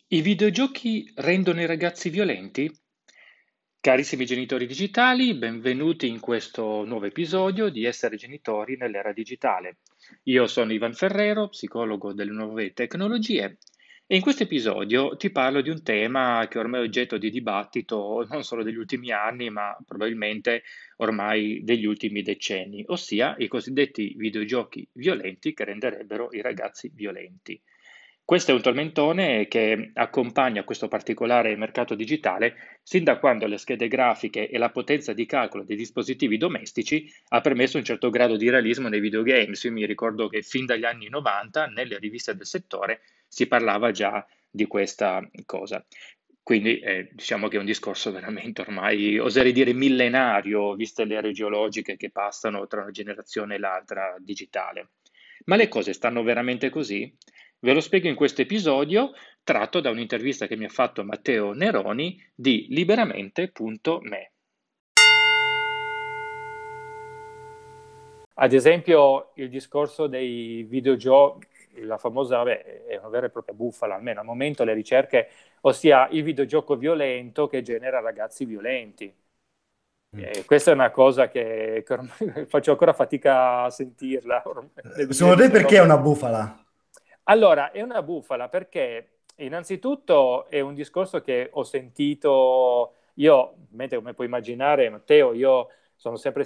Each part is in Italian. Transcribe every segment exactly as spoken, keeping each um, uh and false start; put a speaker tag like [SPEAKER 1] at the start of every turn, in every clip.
[SPEAKER 1] I videogiochi rendono i ragazzi violenti? Carissimi genitori digitali, benvenuti in questo nuovo episodio di Essere genitori nell'era digitale. Io sono Ivan Ferrero, psicologo delle nuove tecnologie, e in questo episodio ti parlo di un tema che ormai è oggetto di dibattito non solo degli ultimi anni, ma probabilmente ormai degli ultimi decenni, ossia i cosiddetti videogiochi violenti che renderebbero i ragazzi violenti. Questo è un tormentone che accompagna questo particolare mercato digitale sin da quando le schede grafiche e la potenza di calcolo dei dispositivi domestici ha permesso un certo grado di realismo nei videogames. Io mi ricordo che fin dagli anni novanta nelle riviste del settore si parlava già di questa cosa. Quindi eh, diciamo che è un discorso veramente ormai, oserei dire, millenario, viste le ere geologiche che passano tra una generazione e l'altra digitale. Ma le cose stanno veramente così? Ve lo spiego in questo episodio, tratto da un'intervista che mi ha fatto Matteo Neroni di liberamente punto me.
[SPEAKER 2] Ad esempio, il discorso dei videogiochi, la famosa, vabbè, è una vera e propria bufala, almeno al momento le ricerche, ossia il videogioco violento che genera ragazzi violenti.
[SPEAKER 1] Mm.
[SPEAKER 2] E questa è una cosa che, che ormai faccio ancora fatica a sentirla ormai nel
[SPEAKER 3] Secondo te perché è
[SPEAKER 2] duemiladiciannove.
[SPEAKER 3] una bufala?
[SPEAKER 2] Allora, è una bufala perché innanzitutto è un discorso che ho sentito io, mentre come puoi immaginare, Matteo, io sono sempre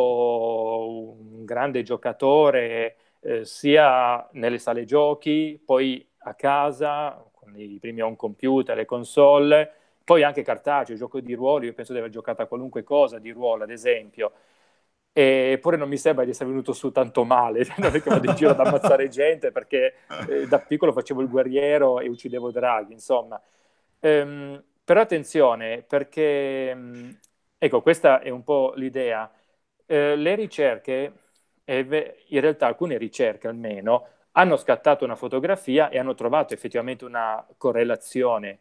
[SPEAKER 2] stato un grande giocatore, eh, sia nelle sale giochi, poi a casa, con i primi home computer, le console, poi anche cartaceo, gioco di ruolo, io penso di aver giocato a qualunque cosa di ruolo, ad esempio. Eppure non mi sembra di essere venuto su tanto male, non è che vado in giro ad ammazzare gente perché eh, da piccolo facevo il guerriero e uccidevo draghi, insomma. Ehm, però attenzione, perché mh, ecco, questa è un po' l'idea. Eh, le ricerche, eh, ve- in realtà alcune ricerche almeno, hanno scattato una fotografia e hanno trovato effettivamente una correlazione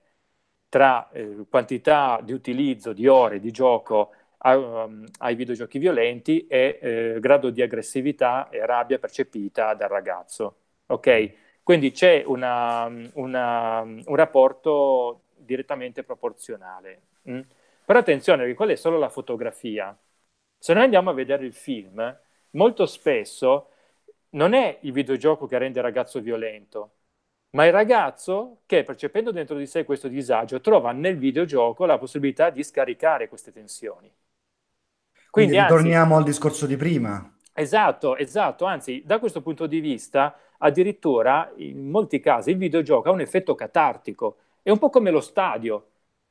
[SPEAKER 2] tra eh, quantità di utilizzo di ore di gioco a- um, ai videogiochi violenti e eh, grado di aggressività e rabbia percepita dal ragazzo. Ok? Quindi c'è una, una- un rapporto direttamente proporzionale. Mm? Però attenzione, perché quella è solo la fotografia. Se noi andiamo a vedere il film, molto spesso non è il videogioco che rende il ragazzo violento, ma il ragazzo che, percependo dentro di sé questo disagio, trova nel videogioco la possibilità di scaricare queste tensioni.
[SPEAKER 3] Quindi
[SPEAKER 2] Quindi, anzi,
[SPEAKER 3] ritorniamo al discorso di prima.
[SPEAKER 2] esatto, esatto, anzi, da questo punto di vista, addirittura in molti casi il videogioco ha un effetto catartico, è un po' come lo stadio.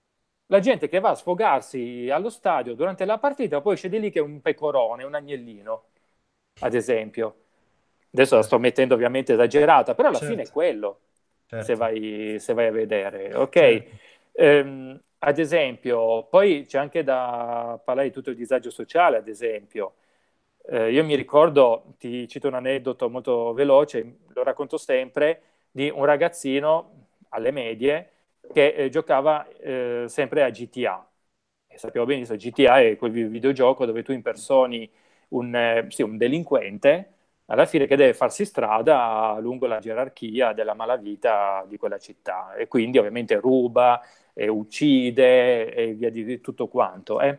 [SPEAKER 2] La gente che va a sfogarsi allo stadio durante la partita poi esce di lì che è un pecorone, un agnellino, ad esempio. Adesso la sto
[SPEAKER 3] Certo,
[SPEAKER 2] mettendo ovviamente esagerata, però alla fine è
[SPEAKER 3] certo,
[SPEAKER 2] quello, se
[SPEAKER 3] certo,
[SPEAKER 2] vai, se vai a vedere, ok?
[SPEAKER 3] certo.
[SPEAKER 2] Ehm, ad esempio, poi c'è anche da parlare di tutto il disagio sociale, ad esempio. Eh, io mi ricordo, ti cito un aneddoto molto veloce, lo racconto sempre, di un ragazzino alle medie che eh, giocava eh, sempre a G T A. E sappiamo benissimo, G T A è quel videogioco dove tu impersoni un, eh, sì, un delinquente alla fine che deve farsi strada lungo la gerarchia della malavita di quella città e quindi ovviamente ruba, e uccide e via di tutto quanto. eh.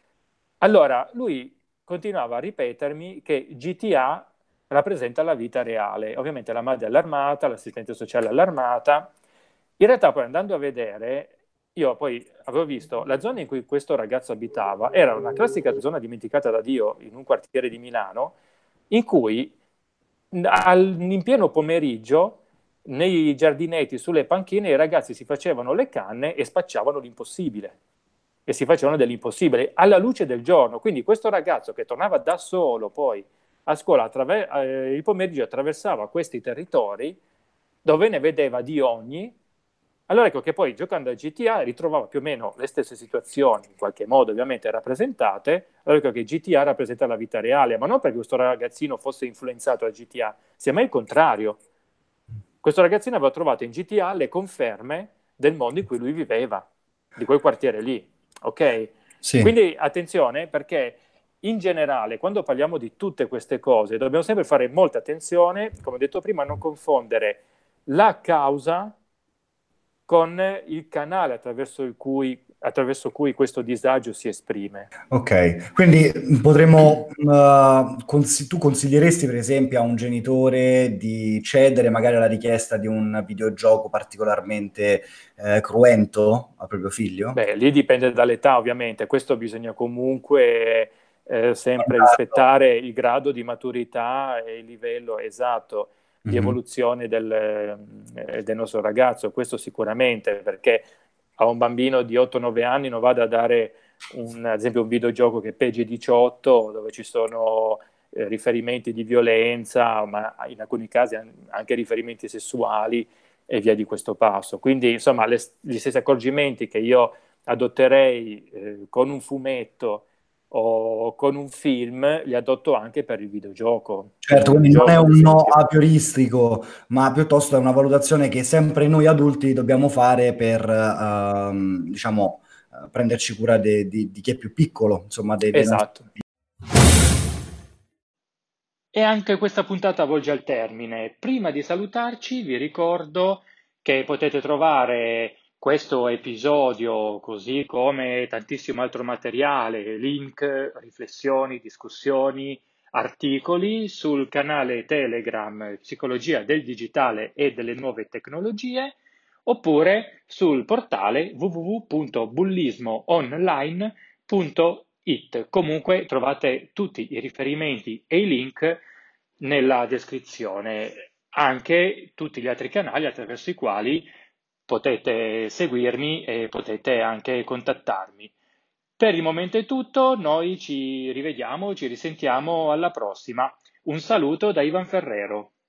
[SPEAKER 2] Allora, lui continuava a ripetermi che G T A rappresenta la vita reale. Ovviamente la madre è allarmata, l'assistente sociale è allarmata. In realtà poi andando a vedere, io poi avevo visto la zona in cui questo ragazzo abitava, era una classica zona dimenticata da Dio in un quartiere di Milano, in cui al- in pieno pomeriggio nei giardinetti, sulle panchine, i ragazzi si facevano le canne e spacciavano l'impossibile. E si facevano dell'impossibile alla luce del giorno. Quindi questo ragazzo che tornava da solo poi a scuola attraver- eh, il pomeriggio attraversava questi territori dove ne vedeva di ogni. Allora ecco che poi giocando a G T A ritrovava più o meno le stesse situazioni, in qualche modo ovviamente rappresentate, allora ecco che G T A rappresenta la vita reale, ma non perché questo ragazzino fosse influenzato da G T A, semmai il contrario. Questo ragazzino aveva trovato in G T A le conferme del mondo in cui lui viveva, di quel quartiere lì, ok?
[SPEAKER 3] Sì,
[SPEAKER 2] Quindi attenzione perché in generale quando parliamo di tutte queste cose dobbiamo sempre fare molta attenzione, come ho detto prima, a non confondere la causa con il canale attraverso il cui, attraverso cui questo disagio si esprime.
[SPEAKER 3] Ok, quindi potremmo, uh, consi- tu consiglieresti per esempio a un genitore di cedere magari alla richiesta di un videogioco particolarmente eh, cruento al proprio figlio?
[SPEAKER 2] Beh, lì dipende dall'età ovviamente, questo bisogna comunque eh, sempre
[SPEAKER 3] Guardarlo.
[SPEAKER 2] rispettare il grado di maturità e il livello esatto di
[SPEAKER 3] Mhm.
[SPEAKER 2] evoluzione del, eh, del nostro ragazzo, questo sicuramente, perché a un bambino di otto nove anni non vado a dare un, ad esempio un videogioco che è P G diciotto, dove ci sono eh, riferimenti di violenza, ma in alcuni casi anche riferimenti sessuali e via di questo passo. Quindi, insomma, le, gli stessi accorgimenti che io adotterei eh, con un fumetto o con un film, li adotto anche per il videogioco, per il
[SPEAKER 3] Certo, quindi non è
[SPEAKER 2] videogioco, ad
[SPEAKER 3] un no
[SPEAKER 2] esempio.
[SPEAKER 3] aprioristico, ma piuttosto è una valutazione che sempre noi adulti dobbiamo fare per, ehm, diciamo, eh, prenderci cura de- di, di chi è più piccolo, insomma, dei, dei nostri.
[SPEAKER 2] Esatto.
[SPEAKER 1] E anche questa puntata volge al termine. Prima di salutarci, vi ricordo che potete trovare questo episodio, così come tantissimo altro materiale, link, riflessioni, discussioni, articoli sul canale Telegram Psicologia del Digitale e delle Nuove Tecnologie, oppure sul portale w w w punto bullismoonline punto it. Comunque trovate tutti i riferimenti e i link nella descrizione, anche tutti gli altri canali attraverso i quali potete seguirmi e potete anche contattarmi. Per il momento è tutto, noi ci rivediamo, ci risentiamo alla prossima. Un saluto da Ivan Ferrero.